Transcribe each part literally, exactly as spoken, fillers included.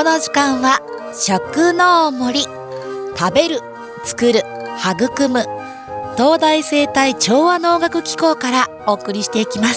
の時間は食の森、食べる、作る、育む東大生態調和能楽機構からお送りしていきます。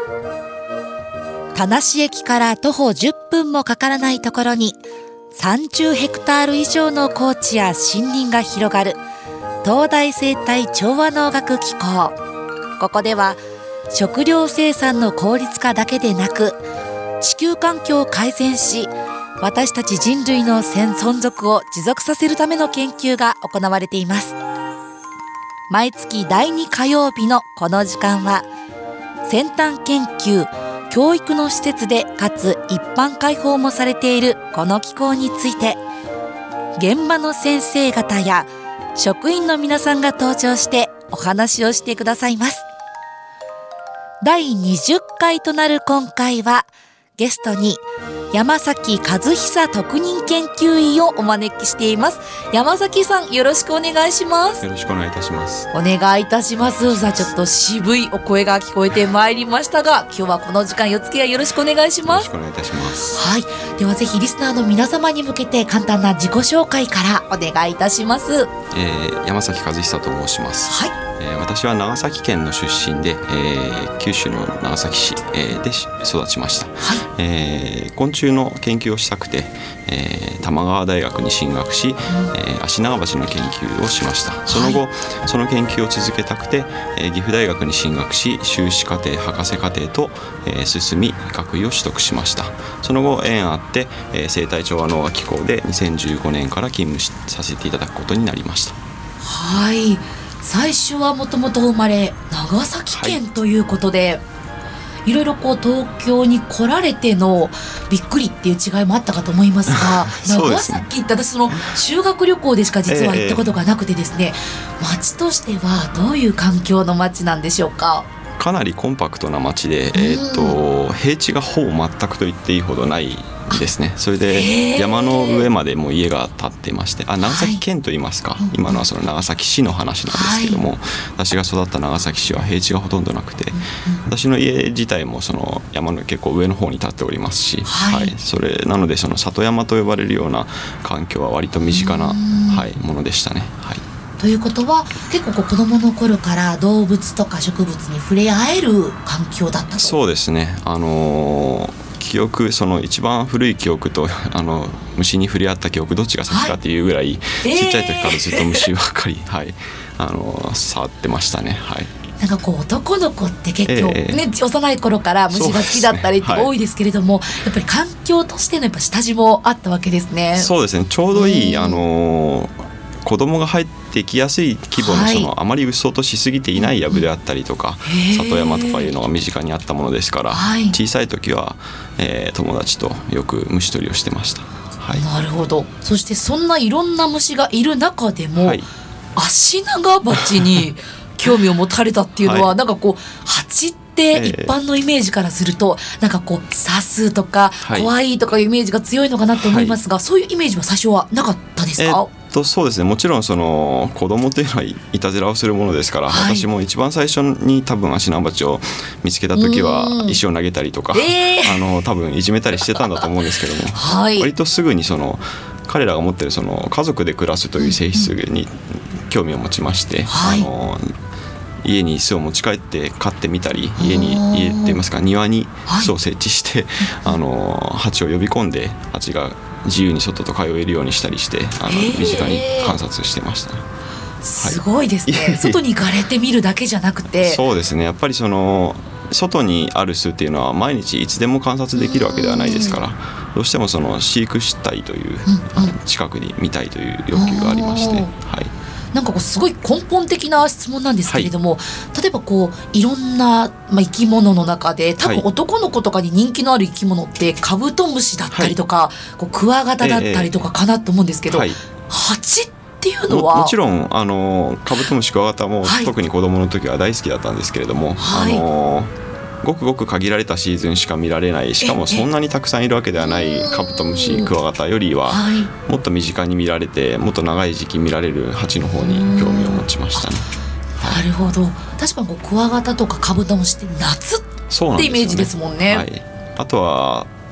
田無駅から徒歩じゅっぷんもかからないところにさんじゅうヘクタール以上の高地や森林が広がる東大生態調和能楽機構。ここでは食料生産の効率化だけでなく、地球環境を改善し、私たち人類の存続を持続させるための研究が行われています。毎月だいに火曜日のこの時間は、先端研究教育の施設でかつ一般開放もされているこの機構について、現場の先生方や職員の皆さんが登場してお話をしてくださいます。だいにじゅっかいとなる今回は、ゲストに山崎和久特任研究員をお招きしています。山崎さん、よろしくお願いします。 よろしくお願いいたします。 お願いいたします。さあ、ちょっと渋いお声が聞こえてまいりましたが、今日はこの時間お付き合いよろしくお願いします。 よろしくお願いいたします。 はい、ではぜひリスナーの皆様に向けて簡単な自己紹介からお願いいたします。 えー、山崎和久と申します。 はい、 えー、私は長崎県の出身で、えー、九州の長崎市、えー、で育ちました。 はい、 えー、昆虫の研究をしたくて、えー、玉川大学に進学し、うん、えー、アシナガバチの研究をしました。その後、はい、その研究を続けたくて、えー、岐阜大学に進学し、修士課程博士課程と、えー、進み学位を取得しました。その後縁あって、えー、生態調和能楽機構でにせんじゅうごねんから勤務しさせていただくことになりました。 はい、最初はもともと生まれ長崎県ということで、はい、いろいろこう東京に来られてのびっくりっていう違いもあったかと思いますが長崎って私その修学旅行でしか実は行ったことがなくてですね、えー、町としてはどういう環境の町なんでしょうか。 かなりコンパクトな町で、えー、と平地がほぼ全くと言っていいほどないですね。それで山の上までも家が建ってまして、あ、長崎県といいますか、はい、今のはその長崎市の話なんですけども、はい、私が育った長崎市は平地がほとんどなくて、うん、私の家自体もその山の結構上の方に建っておりますし、はいはい、それなのでその里山と呼ばれるような環境は割と身近な、はい、ものでしたね。はい、 ということは結構こう子どもの頃から動物とか植物に触れ合える環境だったと。 そうですね、あのー記憶、その一番古い記憶とあの虫に触れ合った記憶どっちが先かっていうぐらい、はい、ちっちゃい時からずっと虫ばっかり、はい、あの触ってましたね。はい、 なんかこう男の子って結構、ね、えー、幼い頃から虫が好きだったりって多いですけれども、ね、はい、やっぱり環境としてのやっぱ下地もあったわけですね。 そうですね、ちょうどいい、あの子供が入ってきやすい規模の、その、はい、あまりうっそうとしすぎていない藪であったりとか、うん、里山とかいうのが身近にあったものですから、はい、小さい時は、えー、友達とよく虫取りをしてました。はい、なるほど。そしてそんないろんな虫がいる中でも、はい、アシナガバチに興味を持たれたっていうのは、はい、なんかこう蜂って一般のイメージからすると、えー、なんかこう刺すとか、はい、怖いとかいうイメージが強いのかなと思いますが、はい、そういうイメージは最初はなかったですか。えーとそうですね、もちろんその子供というのはいたずらをするものですから、はい、私も一番最初に多分アシナガバチを見つけた時は石を投げたりとか、えー、あの多分いじめたりしてたんだと思うんですけども、はい、割とすぐにその彼らが持っているその家族で暮らすという性質に興味を持ちまして、はい、あの家に巣を持ち帰って飼ってみたり、家に家って言いますか庭に巣を設置して、はい、あの蜂を呼び込んで蜂が自由に外と通えるようにしたりして、あの身近に観察してました、ね。 すごいですね、はい、外に行かれてみるだけじゃなくて。 そうですね、やっぱりその外にある巣っていうのは毎日いつでも観察できるわけではないですから、どうしてもその飼育したいという、うんうん、近くに見たいという欲求がありまして、はい、 なんかこうすごい根本的な質問なんですけれども、はい、例えばこういろんな、まあ、生き物の中で多分男の子とかに人気のある生き物ってカブトムシだったりとか、はい、こうクワガタだったりとかかなと思うんですけど、えーはい、蜂っていうのはも, もちろんあのカブトムシクワガタも、はい、特に子供の時は大好きだったんですけれども、はい、あのごくごく限られたシーズンしか見られない、しかもそんなにたくさんいるわけではないカブトムシクワガタよりは、はい、もっと身近に見られてもっと長い時期見られる蜂の方に興味を持ちましたね。 なるほど、確かにこうクワガタとかカブトムシって夏ってイメージですもんね。 はい、あとは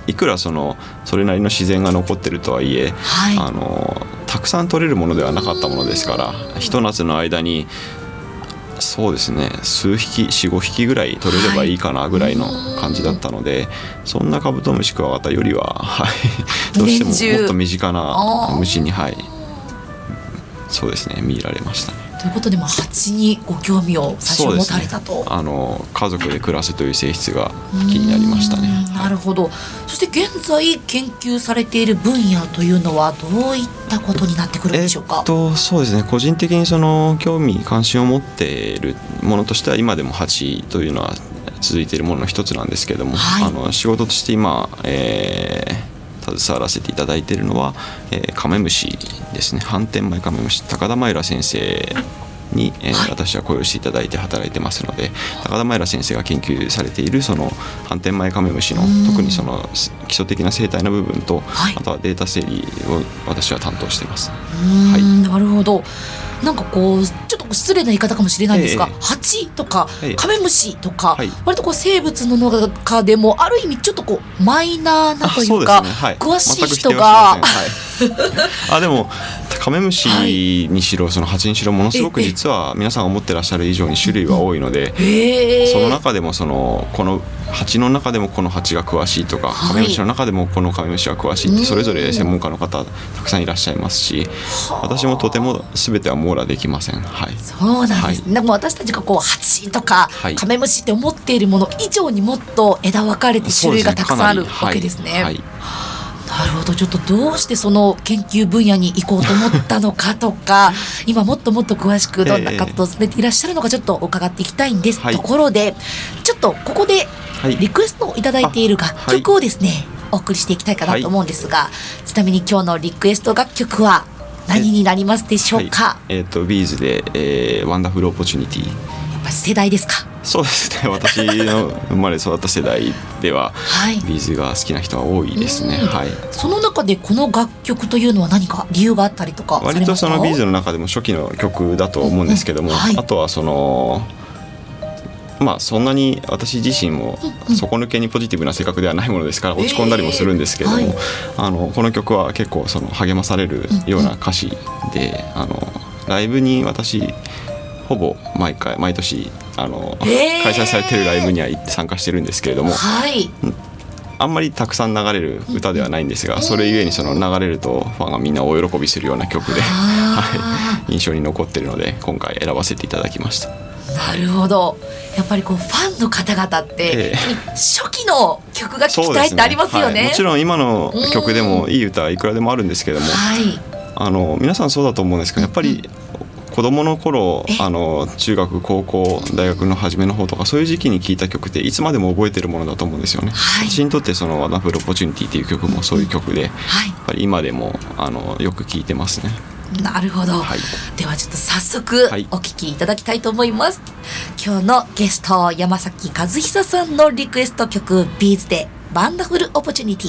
いくらそのそれなりの自然が残ってるとはいえ、はい、あのたくさん取れるものではなかったものですから、ひと夏の間にそうですね数匹 よん,ご 匹ぐらい取れればいいかなぐらいの感じだったので、はい、そんなカブトムシクワガタよりは、はい、どうしてももっと身近な虫に、はい、そうですね見られましたね。 ということで、蜂にご興味を最初持たれたと、 ね、あの家族で暮らすという性質が気になりましたね。 なるほど。そして現在研究されている分野というのはどういったことになってくるんでしょうか。 えっと、そうですね個人的にその興味関心を持っているものとしては今でも蜂というのは続いているものの一つなんですけれども、はい、あの仕事として今、えー携わらせていただいているのは、えー、カメムシですね。反転前カメムシ、高田真由先生に、えーはい、私は雇用していただいて働いてますので、高田真由先生が研究されているその反転前カメムシの特にその基礎的な生態の部分と、はい、あとはデータ整理を私は担当しています。 はい、なるほど。なんかこうちょっと失礼な言い方かもしれないんですが、えー、蜂とかカメムシとか、はい、割とこう生物の中でもある意味ちょっとこうマイナーなというか、ねはい、詳しい人が、はい、 あでもカメムシにしろその蜂にしろものすごく実は皆さん思ってらっしゃる以上に種類は多いので、その中でもそのこの蜂の中でもこの蜂が詳しいとか、カメムシの中でもこのカメムシが詳しいってそれぞれ専門家の方たくさんいらっしゃいますし、私もとても全ては網羅できません。はい、 そうなんです、はい、でも私たちがこう蜂とかカメムシって思っているもの以上にもっと枝分かれて種類がたくさんあるわけですね。はいはい、なるほど。ちょっとどうしてその研究分野に行こうと思ったのかとか今もっともっと詳しくどんな活動をされていらっしゃるのかちょっと伺っていきたいんです、はい、ところでちょっとここでリクエストをいただいている楽曲をですね、はい、お送りしていきたいかなと思うんですが、はい、ちなみに今日のリクエスト楽曲は何になりますでしょうか。 はい、えっ、ー、とビーズで、えー、ワンダフルオポチュニティ。やっぱ世代ですか。 そうですね私の生まれ育った世代では、はい、ビーズが好きな人は多いですね。はい、 その中でこの楽曲というのは何か理由があったりとかされますか。 割とそのビーズの中でも初期の曲だと思うんですけども、うんうんはい、あとはそのまあそんなに私自身も底抜けにポジティブな性格ではないものですから落ち込んだりもするんですけれども、えーはい、あのこの曲は結構その励まされるような歌詞で、うんうん、あのライブに私ほぼ毎回毎年あの、えー、開催されているライブには参加してるんですけれども、はい、あんまりたくさん流れる歌ではないんですが、それゆえにその流れるとファンがみんな大喜びするような曲で、はい、印象に残っているので今回選ばせていただきました。 なるほど。やっぱりこうファンの方々って、えー、初期の曲が聴きたいってありますよね。 はい、もちろん今の曲でもいい歌はいくらでもあるんですけども、はい、あの皆さんそうだと思うんですけど、やっぱり子供の頃あの中学高校大学の初めの方とかそういう時期に聴いた曲っていつまでも覚えてるものだと思うんですよね。はい、私にとってそのワンダフルオポチュニティっていう曲もそういう曲で、はい、やっぱり今でもあのよく聴いてますね。 なるほど、はい、ではちょっと早速お聞きいただきたいと思います。はい、今日のゲスト山崎和久さんのリクエスト曲ビーズでワンダフルオポチュニティ。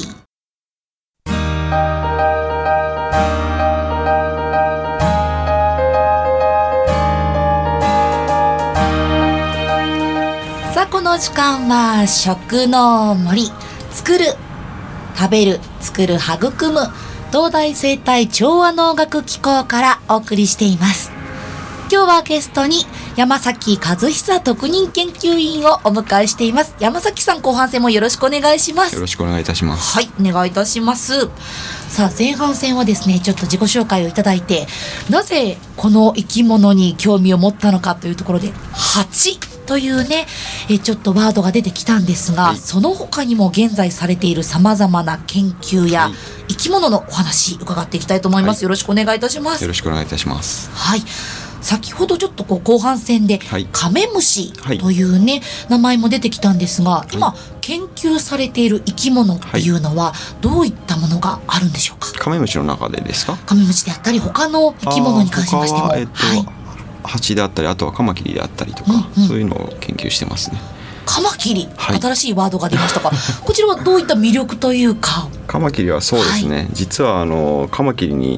さあこの時間は食の森、作る食べる作る育む東大生態調和能楽機構からお送りしています。今日はゲストに山崎和久特任研究員をお迎えしています。山崎さん、後半戦もよろしくお願いします。 よろしくお願いいたします。 はい、お願いいたします。さあ前半戦はですねちょっと自己紹介をいただいて、なぜこの生き物に興味を持ったのかというところで蜂というねえちょっとワードが出てきたんですが、はい、その他にも現在されているさまざまな研究や生き物のお話伺っていきたいと思います。はい、よろしくお願いいたします。 よろしくお願いいたします。 はい、先ほどちょっとこう後半戦でカメムシというね、はい、名前も出てきたんですが、今、はい、研究されている生き物っていうのはどういったものがあるんでしょうか。 カメムシの中でですか。 カメムシであったり他の生き物に関しましても、えっとはい、 蜂であったりあとはカマキリであったりとか、うんうん、そういうのを研究してますね。 カマキリ、はい、新しいワードが出ましたがこちらはどういった魅力というか。 カマキリはそうですね、はい、実はあのカマキリに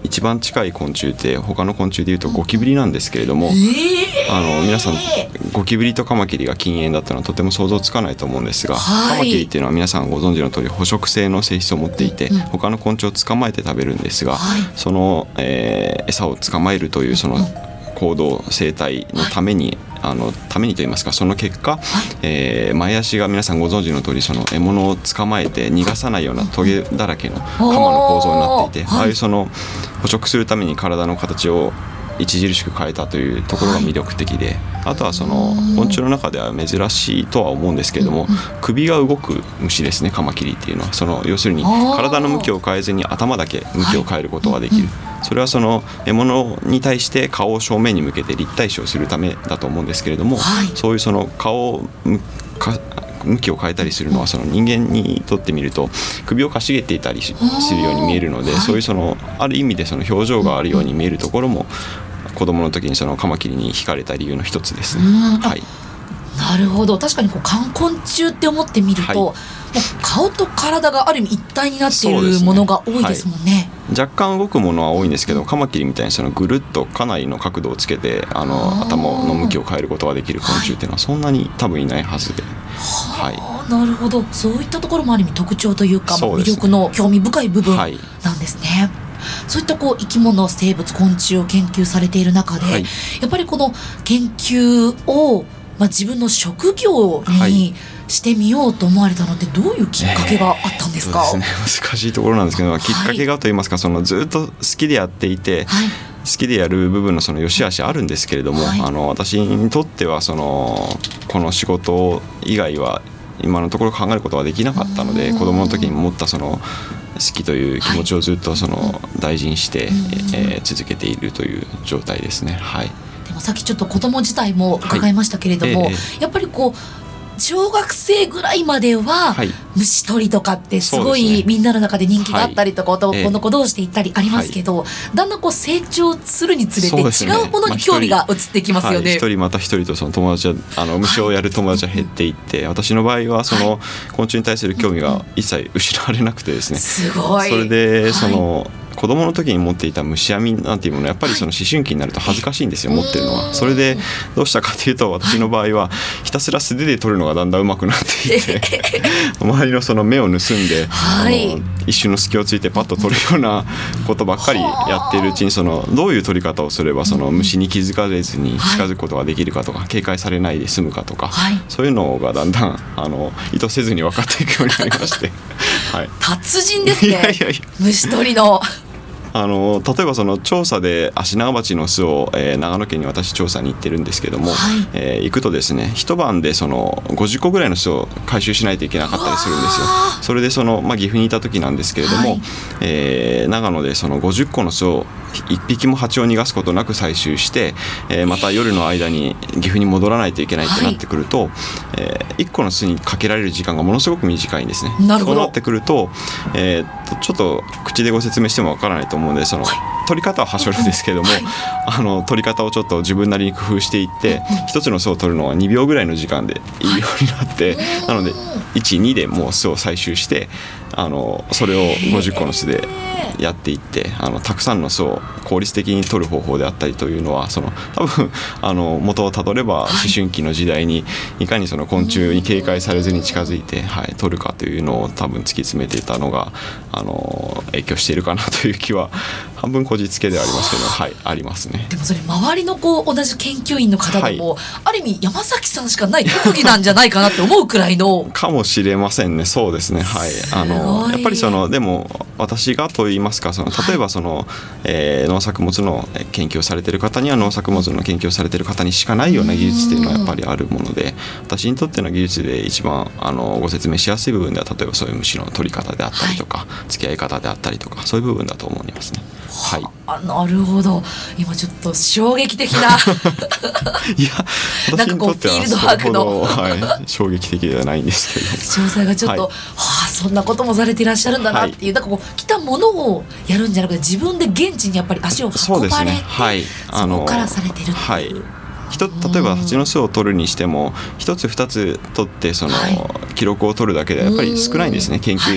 一番近い昆虫って他の昆虫でいうとゴキブリなんですけれども、 えー、 あの皆さんゴキブリとカマキリが近縁だったのはとても想像つかないと思うんですが、はい、カマキリっていうのは皆さんご存知の通り捕食性の性質を持っていて、うん、他の昆虫を捕まえて食べるんですが、はい、その、えー、餌を捕まえるというその行動生態のために、はい、あのためにといいますか、その結果、はい、えー、前足が皆さんご存知の通りその獲物を捕まえて逃がさないようなトゲだらけの鎌の構造になっていて、ああいうその捕食するために体の形を著しく変えたというところが魅力的で、はい、あとはその昆虫の中では珍しいとは思うんですけれども、首が動く虫ですね、カマキリっていうのは。その要するに体の向きを変えずに頭だけ向きを変えることができる、はい、それはその獲物に対して顔を正面に向けて立体視をするためだと思うんですけれども、はい、そういうその顔をか向きを変えたりするのはその人間にとってみると首をかしげていたりするように見えるので、そういうそのある意味でその表情があるように見えるところも子供の時にそのカマキリに惹かれた理由の一つですね。はい、 なるほど。確かにこう冠昆虫って思ってみると、はい、もう顔と体がある意味一体になっているものが多いですもんね。 若干動くものは多いんですけど、カマキリみたいにそのぐるっとかなりの角度をつけてあの頭の向きを変えることができる昆虫っていうのはそんなに多分いないはずで、 はい、なるほど。そういったところもある意味特徴というか、まあ、魅力の興味深い部分なんですね。はい、そういったこう生き物生物昆虫を研究されている中で、はい、やっぱりこの研究を、まあ、自分の職業にしてみようと思われたのってどういうきっかけがあったんですか？ えー、そうですね、難しいところなんですけど、はい、きっかけがといいますか、そのずっと好きでやっていて、はい、好きでやる部分のその良し悪しあるんですけれども、はい、あの私にとってはそのこの仕事以外は今のところ考えることができなかったので、子供の時に持ったその好きという気持ちをずっとその大事にして、はい、えー、続けているという状態ですね。はい、 でもさっきちょっと子供自体も伺いましたけれども、はい、えー、やっぱりこう小学生ぐらいまでは虫取りとかってすごいみんなの中で人気があったりとか、男の子同士で行ったりありますけど、だんだんこう成長するにつれて違うものに興味が移ってきますよね。 一人また一人とその友達はあの虫をやる友達は減っていって、私の場合はその昆虫に対する興味が一切失われなくてですね、 すごい。 それでその子供の時に持っていた虫網なんていうものはやっぱりその思春期になると恥ずかしいんですよ、持ってるのは。それでどうしたかというと、私の場合はひたすら素手で取るのがだんだん上手くなっていて周りのその目を盗んで、はい、あの一瞬の隙をついてパッと取るようなことばっかりやっているうちに、そのどういう取り方をすればその虫に気づかれずに近づくことができるかとか、警戒されないで済むかとか、はい、そういうのがだんだんあの意図せずに分かっていくようになりましてはい、 達人ですね。いやいやいや、虫取りのあの例えばその調査でアシナガバチの巣を、えー、長野県に私調査に行ってるんですけども、はい、えー、行くとですね、一晩でそのごじゅっこぐらいの巣を回収しないといけなかったりするんですよ。それでその、まあ、岐阜にいた時なんですけれども、はい、えー、長野でそのごじゅっこの巣をいっぴきも蜂を逃がすことなく採集して、えー、また夜の間に岐阜に戻らないといけないってなってくると、はい、えー、いっこの巣にかけられる時間がものすごく短いんですね。 なるほど。 そうなってくると、えー、ちょっと口でご説明してもわからないと思うので、その、はい、取り方ははしょるんですけども、はい、あの取り方をちょっと自分なりに工夫していって、一つの巣を取るのはにびょうぐらいの時間でいいようになって、はい、なのでいち、にでもう巣を採集して、あのそれをごじゅっこの巣でやっていって、あのたくさんの巣を効率的に取る方法であったりというのは、その多分あの元をたどれば思春期の時代にいかにその昆虫に警戒されずに近づいて、はい、取るかというのを多分突き詰めていたのがあの影響しているかなという気は半分こじつけではありますけど、はい、ありますね。 でもそれ周りのこう同じ研究員の方でも、はい、ある意味山崎さんしかない特技なんじゃないかなって思うくらいのかもしれませんね。そうですね、はい、あのやっぱりそのでも私がといいますか、その例えばその、はい、えー、農作物の研究をされている方には農作物の研究をされている方にしかないような技術っていうのはやっぱりあるもので、私にとっての技術で一番あのご説明しやすい部分では、例えばそういう虫の取り方であったりとか、はい、付き合い方であったりとか、そういう部分だと思いますね。はい、 あ、なるほど。今ちょっと衝撃的ないや私にとってはそれほど、はい、衝撃的ではないんですけど、 詳細がちょっと、はい、はあ、そんなこともされていらっしゃるんだなっていう、はい、だからこう来たものをやるんじゃなくて、自分で現地にやっぱり足を運ばれて、そうですね、はい、あのそこからされてるっていう、はい、 例えば蜂の巣を取るにしても一つ二つ取ってその記録を取るだけではやっぱり少ないんですね、研究っ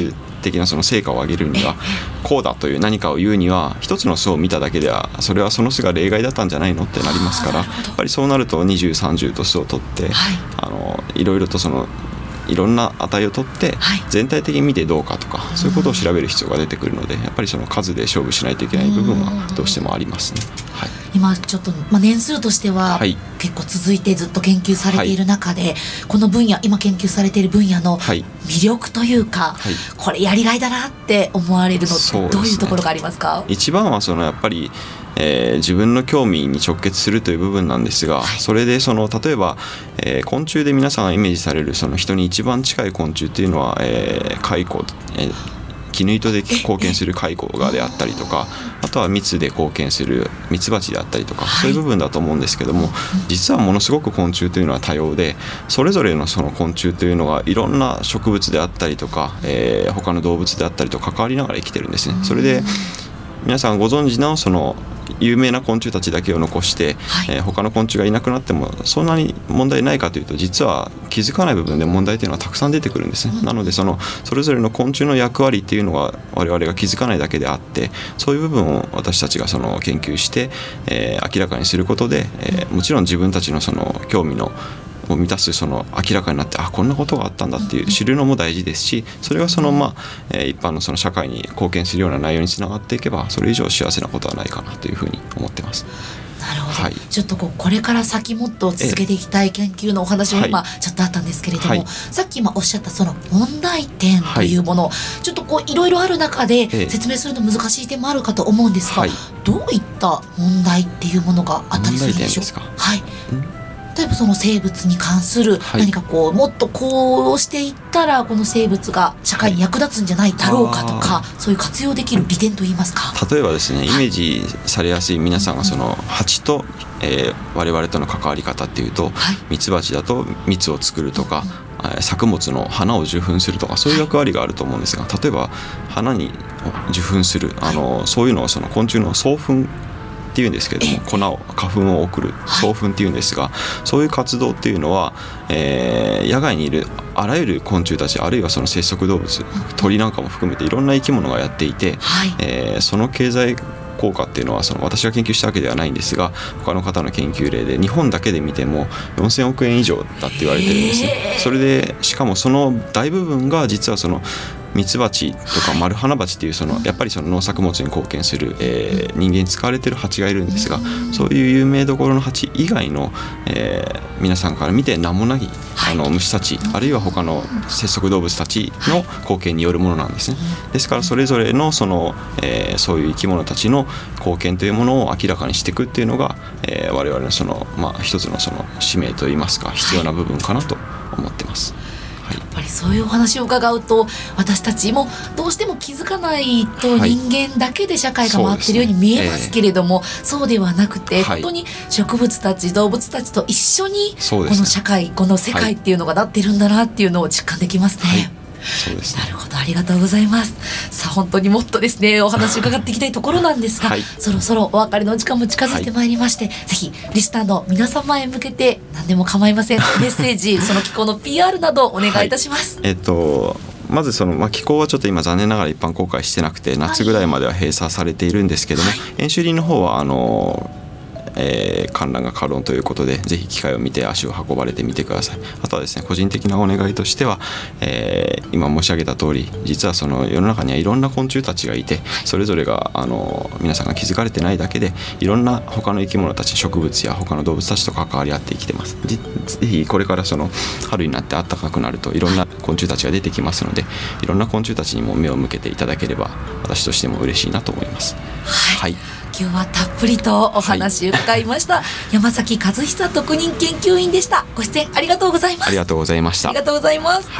的なその成果を上げるにはこうだという何かを言うには一つの巣を見ただけではそれはその巣が例外だったんじゃないのってなりますから、やっぱりそうなるとにじゅう、さんじゅうと巣を取って、はい、あのいろいろとそのいろんな値を取って全体的に見てどうかとか、そういうことを調べる必要が出てくるので、やっぱりその数で勝負しないといけない部分はどうしてもありますね。はい、 今ちょっと、まあ、年数としては結構続いてずっと研究されている中で、はい、この分野今研究されている分野の魅力というか、はい、これやりがいだなって思われるのってどういうところがありますか？ 一番はそのやっぱりえー、自分の興味に直結するという部分なんですが、はい、それでその例えば、えー、昆虫で皆さんがイメージされるその人に一番近い昆虫っていうのは、えー、蚕、えー、絹糸で貢献する蚕がであったりとか、あとは蜜で貢献するミツバチであったりとか、はい、そういう部分だと思うんですけども、実はものすごく昆虫というのは多様で、それぞれのその昆虫というのがいろんな植物であったりとか、えー、他の動物であったりと関わりながら生きてるんですね。それで皆さんご存知のその有名な昆虫たちだけを残して、はい、えー、他の昆虫がいなくなってもそんなに問題ないかというと、実は気づかない部分で問題というのはたくさん出てくるんですね。なのでそのそれぞれの昆虫の役割っていうのは我々が気づかないだけであって、そういう部分を私たちがその研究して、えー、明らかにすることで、えー、もちろん自分たちのその興味のを満たすその明らかになって、あ、こんなことがあったんだっていう知るのも大事ですし、それがそのまあ、えー、一般のその社会に貢献するような内容につながっていけば、それ以上幸せなことはないかなというふうに思ってます。 なるほど、はい、ちょっとこうこれから先もっと続けていきたい研究のお話も今ちょっとあったんですけれども、はい、さっき今おっしゃったその問題点というもの、はい、ちょっとこういろいろある中で説明するの難しい点もあるかと思うんですが、はい、どういった問題っていうものがあったりするんでしょうか？はい、例えばその生物に関する何かこう、はい、もっとこうしていったらこの生物が社会に役立つんじゃないだろうかとか、そういう活用できる利点といいますか。 例えばですね、イメージされやすい皆さんがその蜂と、えー、我々との関わり方っていうと、ミツバチだと蜜を作るとか、うん、作物の花を受粉するとか、そういう役割があると思うんですが、例えば花に受粉する、あのそういうのをその昆虫の送粉っていうんですけれども、粉を花粉を送る送粉っていうんですが、そういう活動っていうのは、えー、野外にいるあらゆる昆虫たち、あるいはその節足動物、鳥なんかも含めていろんな生き物がやっていて、はい、えー、その経済効果っていうのはその私が研究したわけではないんですが、他の方の研究例で日本だけで見てもよんせんおくえん以上だって言われてるんですね。それでしかもその大部分が実はそのミツバチとかマルハナバチっていうそのやっぱりその農作物に貢献する、えー、人間に使われてる蜂がいるんですが、そういう有名どころの蜂以外の、えー、皆さんから見て名もないあの虫たち、あるいは他の節足動物たちの貢献によるものなんですね。ですからそれぞれのその、えー、そういう生き物たちの貢献というものを明らかにしていくっていうのが、えー、我々のその、まあ、一つのその使命といいますか必要な部分かなと思ってます。 やっぱりそういうお話を伺うと、私たちもどうしても気づかないと人間だけで社会が回ってるように見えますけれども、はい、そうですね、えー、そうではなくて、はい、本当に植物たち動物たちと一緒にこの社会、ね、この世界っていうのがなってるんだなっていうのを実感できますね。はい、そうですね、なるほど、ありがとうございます。さあ本当にもっとですねお話伺っていきたいところなんですが、はい、そろそろお別れの時間も近づいてまいりまして、はい、ぜひリスナーの皆様へ向けて何でも構いません、メッセージその機構の ピーアール などお願いいたします。 はい、えっとまずその、まあ、機構はちょっと今残念ながら一般公開してなくて、夏ぐらいまでは閉鎖されているんですけども、はい、演習林の方はあのえー、観覧が可能ということで、ぜひ機会を見て足を運ばれてみてください。あとはですね、個人的なお願いとしては、えー、今申し上げた通り、実はその世の中にはいろんな昆虫たちがいて、それぞれがあの皆さんが気づかれてないだけで、いろんな他の生き物たち、植物や他の動物たちと関わり合って生きてます。ぜひこれからその春になって暖かくなるといろんな昆虫たちが出てきますので、いろんな昆虫たちにも目を向けていただければ私としても嬉しいなと思います。 はい、はい、今日はたっぷりとお話伺いました、はい、山崎和久特任研究員でした。ご出演ありがとうございます。 ありがとうございました。 ありがとうございます。 はい、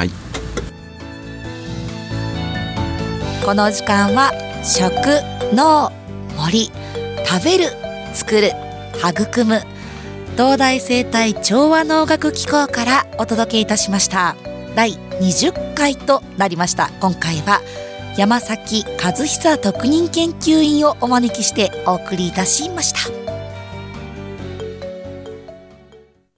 この時間は食、農、森、食べる、作る、育む東大生態調和農学機構からお届けいたしました。だいにじゅっかいとなりました。今回は山崎和久特任研究員をお招きしてお送りいたしました。